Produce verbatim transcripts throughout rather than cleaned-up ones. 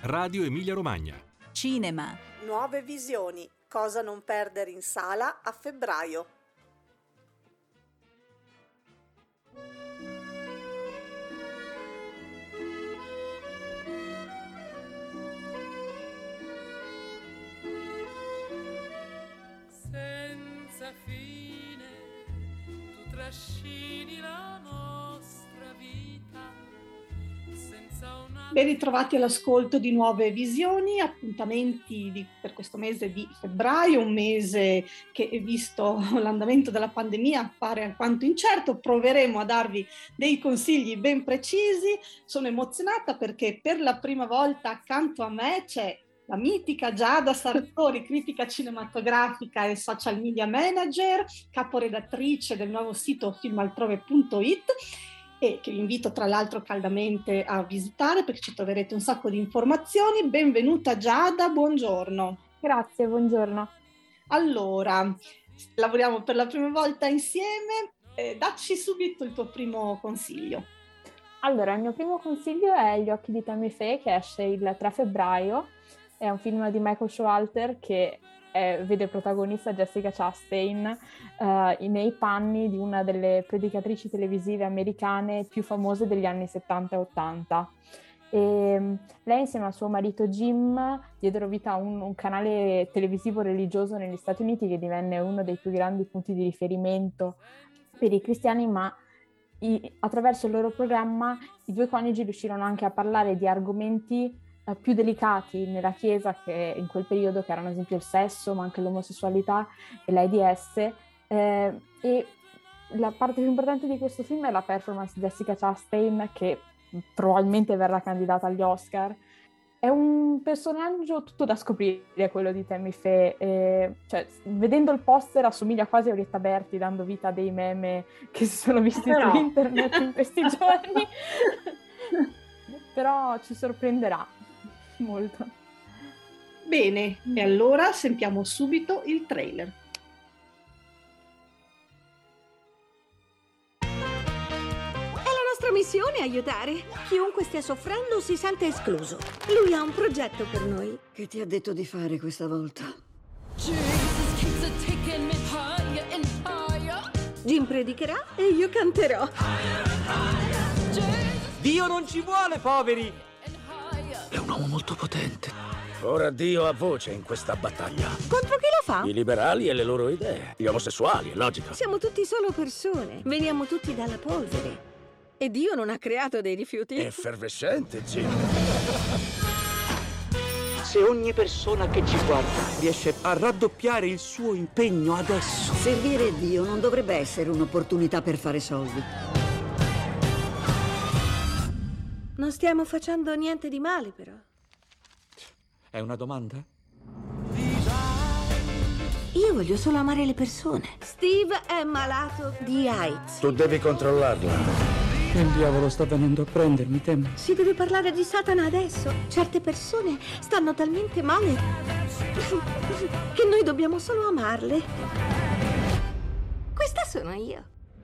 Radio Emilia Romagna. Cinema. Nuove visioni. Cosa non perdere in sala a febbraio. Senza fine tu trascini la nostra vita senza una... Ben ritrovati all'ascolto di Nuove Visioni, appuntamenti di, per questo mese di febbraio, un mese che, visto l'andamento della pandemia, appare alquanto incerto. Proveremo a darvi dei consigli ben precisi. Sono emozionata perché per la prima volta accanto a me c'è la mitica Giada Sartori, critica cinematografica e social media manager, caporedattrice del nuovo sito filmaltrove punto it, e che vi invito tra l'altro caldamente a visitare perché ci troverete un sacco di informazioni. Benvenuta Giada, buongiorno. Grazie, buongiorno. Allora, lavoriamo per la prima volta insieme, eh, dacci subito il tuo primo consiglio. Allora, il mio primo consiglio è Gli occhi di Tammy Faye, che esce il tre febbraio. È un film di Michael Showalter che è, vede protagonista Jessica Chastain uh, nei panni di una delle predicatrici televisive americane più famose degli anni settanta e ottanta. E lei insieme al suo marito Jim diedero vita a un, un canale televisivo religioso negli Stati Uniti che divenne uno dei più grandi punti di riferimento per i cristiani, ma i, attraverso il loro programma i due coniugi riuscirono anche a parlare di argomenti più delicati nella Chiesa, che in quel periodo, che erano ad esempio il sesso, ma anche l'omosessualità e l'AIDS. Eh, e la parte più importante di questo film è la performance di Jessica Chastain, che probabilmente verrà candidata agli Oscar. È un personaggio tutto da scoprire, quello di Tammy Faye. Eh, cioè, vedendo il poster assomiglia quasi a Orietta Berti, dando vita a dei meme che si sono visti Però... su internet in questi giorni. Però ci sorprenderà molto. Bene, e allora sentiamo subito il trailer. È la nostra missione aiutare. Chiunque stia soffrendo si sente escluso. Lui ha un progetto per noi. Che ti ha detto di fare questa volta? Jim predicherà e io canterò. Dio non ci vuole poveri! È un uomo molto potente. Ora Dio ha voce in questa battaglia. Contro chi lo fa? I liberali e le loro idee. Gli omosessuali, è logico. Siamo tutti solo persone. Veniamo tutti dalla polvere. E Dio non ha creato dei rifiuti. Effervescente, Jim. Se ogni persona che ci guarda riesce a raddoppiare il suo impegno adesso... Servire Dio non dovrebbe essere un'opportunità per fare soldi. Non stiamo facendo niente di male, però. È una domanda? Io voglio solo amare le persone. Steve è malato di AIDS. Tu devi controllarla. Il diavolo sta venendo a prendermi, Tem. Si deve parlare di Satana adesso. Certe persone stanno talmente male che noi dobbiamo solo amarle. Questa sono io.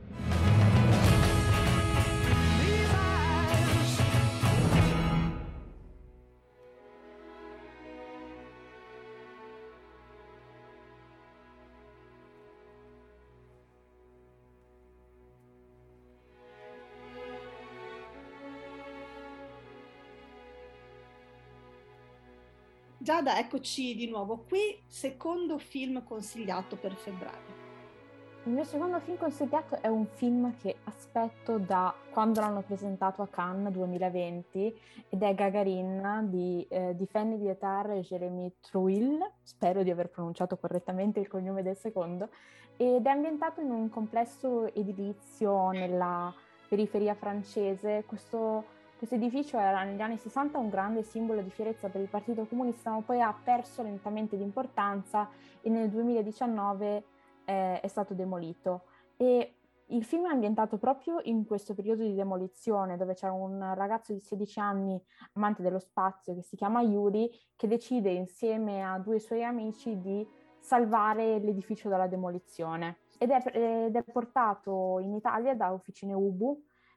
Giada, eccoci di nuovo qui, secondo film consigliato per febbraio. Il mio secondo film consigliato è un film che aspetto da quando l'hanno presentato a Cannes duemilaventi ed è Gagarin di, eh, di Fanny Dietar e Jérémy Trouille, spero di aver pronunciato correttamente il cognome del secondo, ed è ambientato in un complesso edilizio nella periferia francese. Questo Questo edificio era negli anni sessanta un grande simbolo di fierezza per il Partito Comunista, ma poi ha perso lentamente di importanza e nel duemiladiciannove eh, è stato demolito. E il film è ambientato proprio in questo periodo di demolizione, dove c'è un ragazzo di sedici anni, amante dello spazio, che si chiama Yuri, che decide insieme a due suoi amici di salvare l'edificio dalla demolizione. Ed è, ed è portato in Italia da Officine Ubu,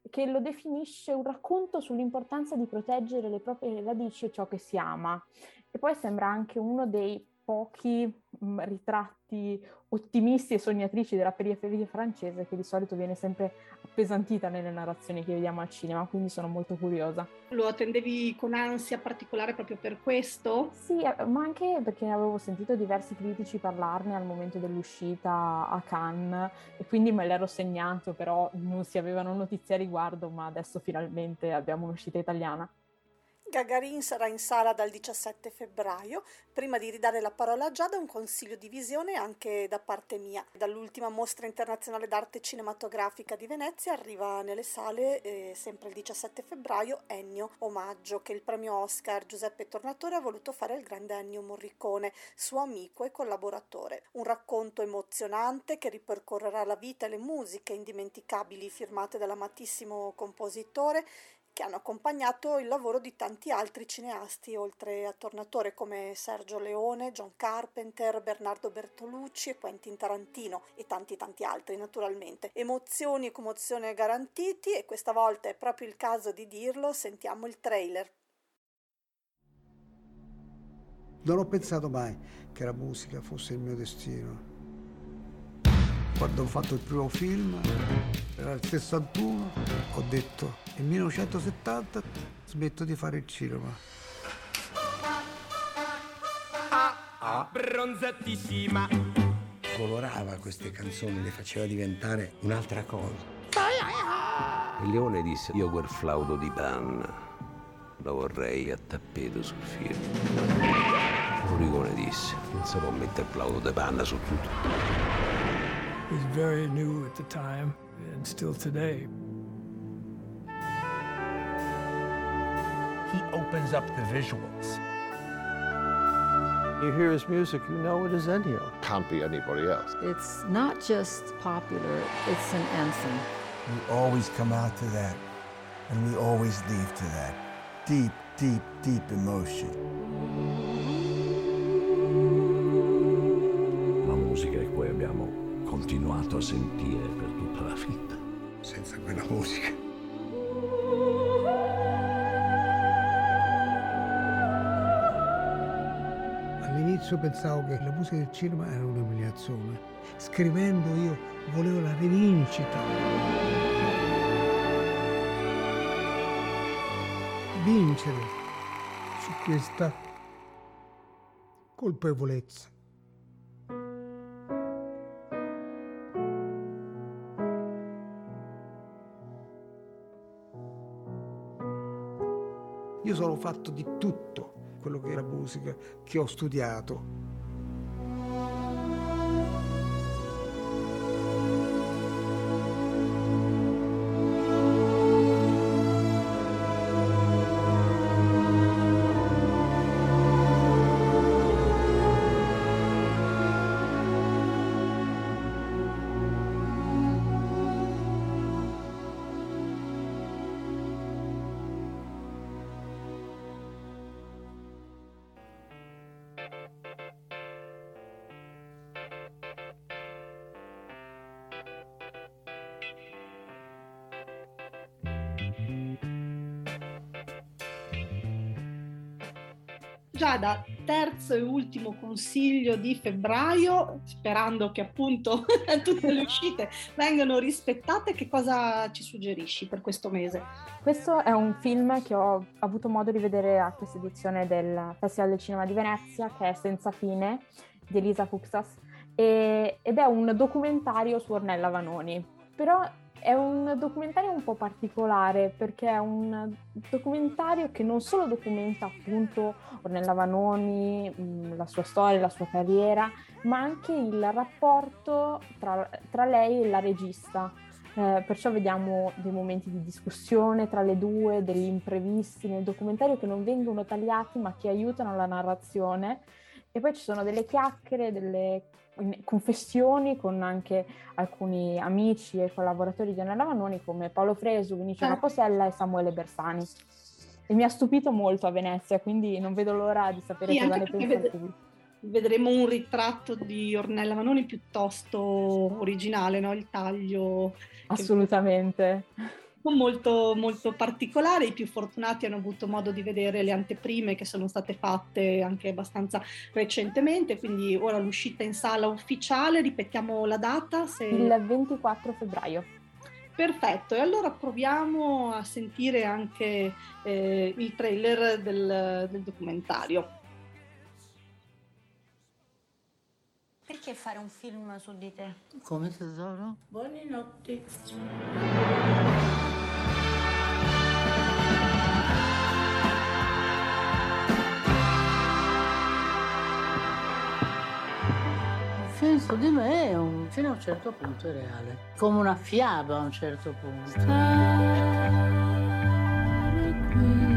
che lo definisce un racconto sull'importanza di proteggere le proprie radici e ciò che si ama. E poi sembra anche uno dei pochi mh, ritratti ottimisti e sognatrici della periferia francese, che di solito viene sempre appesantita nelle narrazioni che vediamo al cinema, quindi sono molto curiosa. Lo attendevi con ansia particolare proprio per questo? Sì, ma anche perché avevo sentito diversi critici parlarne al momento dell'uscita a Cannes e quindi me l'ero segnato, però non si avevano notizie a riguardo, ma adesso finalmente abbiamo un'uscita italiana. Gagarin sarà in sala dal diciassette febbraio. Prima di ridare la parola a Giada, un consiglio di visione anche da parte mia. Dall'ultima mostra internazionale d'arte cinematografica di Venezia arriva nelle sale eh, sempre il diciassette febbraio Ennio, omaggio che il premio Oscar Giuseppe Tornatore ha voluto fare al grande Ennio Morricone, suo amico e collaboratore. Un racconto emozionante che ripercorrerà la vita e le musiche indimenticabili firmate dall'amatissimo compositore, che hanno accompagnato il lavoro di tanti altri cineasti oltre a Tornatore, come Sergio Leone, John Carpenter, Bernardo Bertolucci e Quentin Tarantino e tanti tanti altri naturalmente. Emozioni e commozione garantiti, e questa volta è proprio il caso di dirlo. Sentiamo il trailer. Non ho pensato mai che la musica fosse il mio destino. Quando ho fatto il primo film, era il sessantuno, ho detto nel millenovecentosettanta smetto di fare il cinema. Ah, ah, bronzatissima. Colorava queste canzoni, le faceva diventare un'altra cosa. Il leone disse: io quel flauto di panna lo vorrei a tappeto sul film. Morricone disse: non si può mettere il flauto di panna su tutto. It was very new at the time, and still today. He opens up the visuals. You hear his music, you know it is Ennio. Can't be anybody else. It's not just popular, it's an anthem. We always come out to that, and we always leave to that. Deep, deep, deep emotion. La musica che poi abbiamo continuato a sentire per tutta la vita. Senza quella musica. All'inizio pensavo che la musica del cinema era un'umiliazione. Scrivendo io volevo la rivincita. Vincere su questa colpevolezza. Io sono fatto di tutto quello che è la musica che ho studiato. Giada, terzo e ultimo consiglio di febbraio, sperando che appunto tutte le uscite vengano rispettate. Che cosa ci suggerisci per questo mese? Questo è un film che ho avuto modo di vedere a questa edizione del Festival del Cinema di Venezia, che è Senza fine, di Elisa Fuksas, e, ed è un documentario su Ornella Vanoni. Però è un documentario un po' particolare, perché è un documentario che non solo documenta appunto Ornella Vanoni, la sua storia, la sua carriera, ma anche il rapporto tra, tra lei e la regista. Eh, perciò vediamo dei momenti di discussione tra le due, degli imprevisti nel documentario che non vengono tagliati ma che aiutano la narrazione. E poi ci sono delle chiacchiere, delle confessioni con anche alcuni amici e collaboratori di Ornella Vanoni come Paolo Fresu, Vinicio Ah. Caposella e Samuele Bersani. E mi ha stupito molto a Venezia, quindi non vedo l'ora di sapere Sì, cosa anche ne perché pensate vede- voi. vedremo un ritratto di Ornella Vanoni piuttosto originale, no? Il taglio. che- Assolutamente. molto, molto particolare. I più fortunati hanno avuto modo di vedere le anteprime che sono state fatte anche abbastanza recentemente, quindi ora l'uscita in sala ufficiale, ripetiamo la data? Se... Il ventiquattro febbraio. Perfetto, e allora proviamo a sentire anche eh, il trailer del, del documentario. Perché fare un film su di te? Come tesoro? Buonanotte. Il film su di me è un, fino a un certo punto è reale, come una fiaba a un certo punto. Stare qui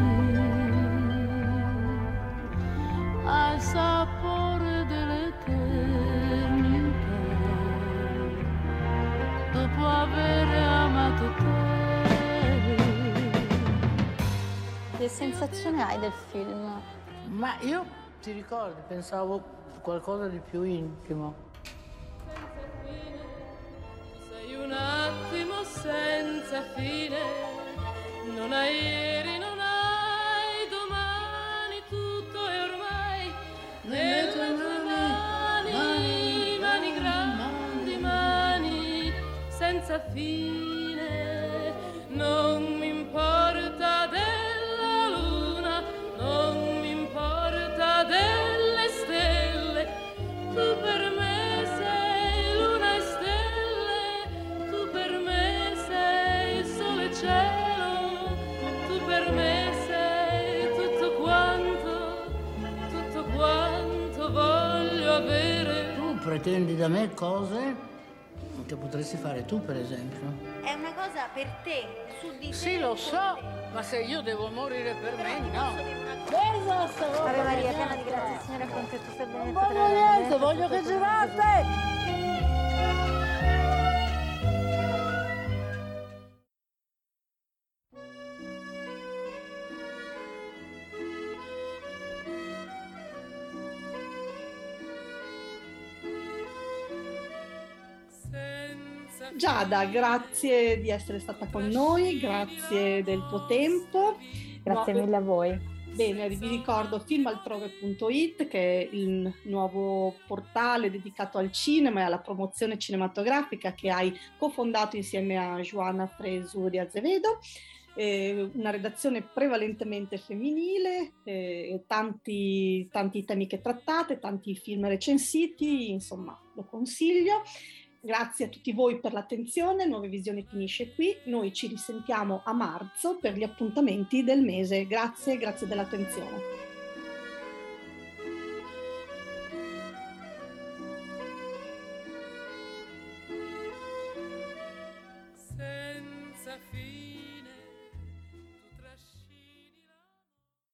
al sapore dell'eternità, dopo aver amato te. Che sensazione hai del film? Ma io, ti ricordi, pensavo qualcosa di più intimo. Sei un attimo senza fine, non hai ieri, non hai domani, tutto è ormai nelle tue mani, mani, mani grandi, mani senza fine. Non mi importa della luna, non mi importa delle stelle, tu per me sei luna e stelle, tu per me sei sole e cielo, tu per me sei tutto quanto, tutto quanto voglio avere. Tu pretendi da me cose che potresti fare tu, per esempio. È una cosa per te, su di te. Sì, lo so, ma se io devo morire per me, no. Ave Maria, piena di grazia, Signore è con te, tu sei benedetta. Non voglio niente, voglio che girate! Giada, grazie di essere stata con noi, grazie del tuo tempo. Grazie No, mille a voi. Bene, vi ricordo filmaltrove punto it, che è il nuovo portale dedicato al cinema e alla promozione cinematografica che hai cofondato insieme a Joana Fresu di Azevedo. Eh, una redazione prevalentemente femminile, eh, tanti, tanti temi che trattate, tanti film recensiti, insomma lo consiglio. Grazie a tutti voi per l'attenzione, Nuove Visioni finisce qui, noi ci risentiamo a marzo per gli appuntamenti del mese. Grazie, grazie dell'attenzione. Senza fine.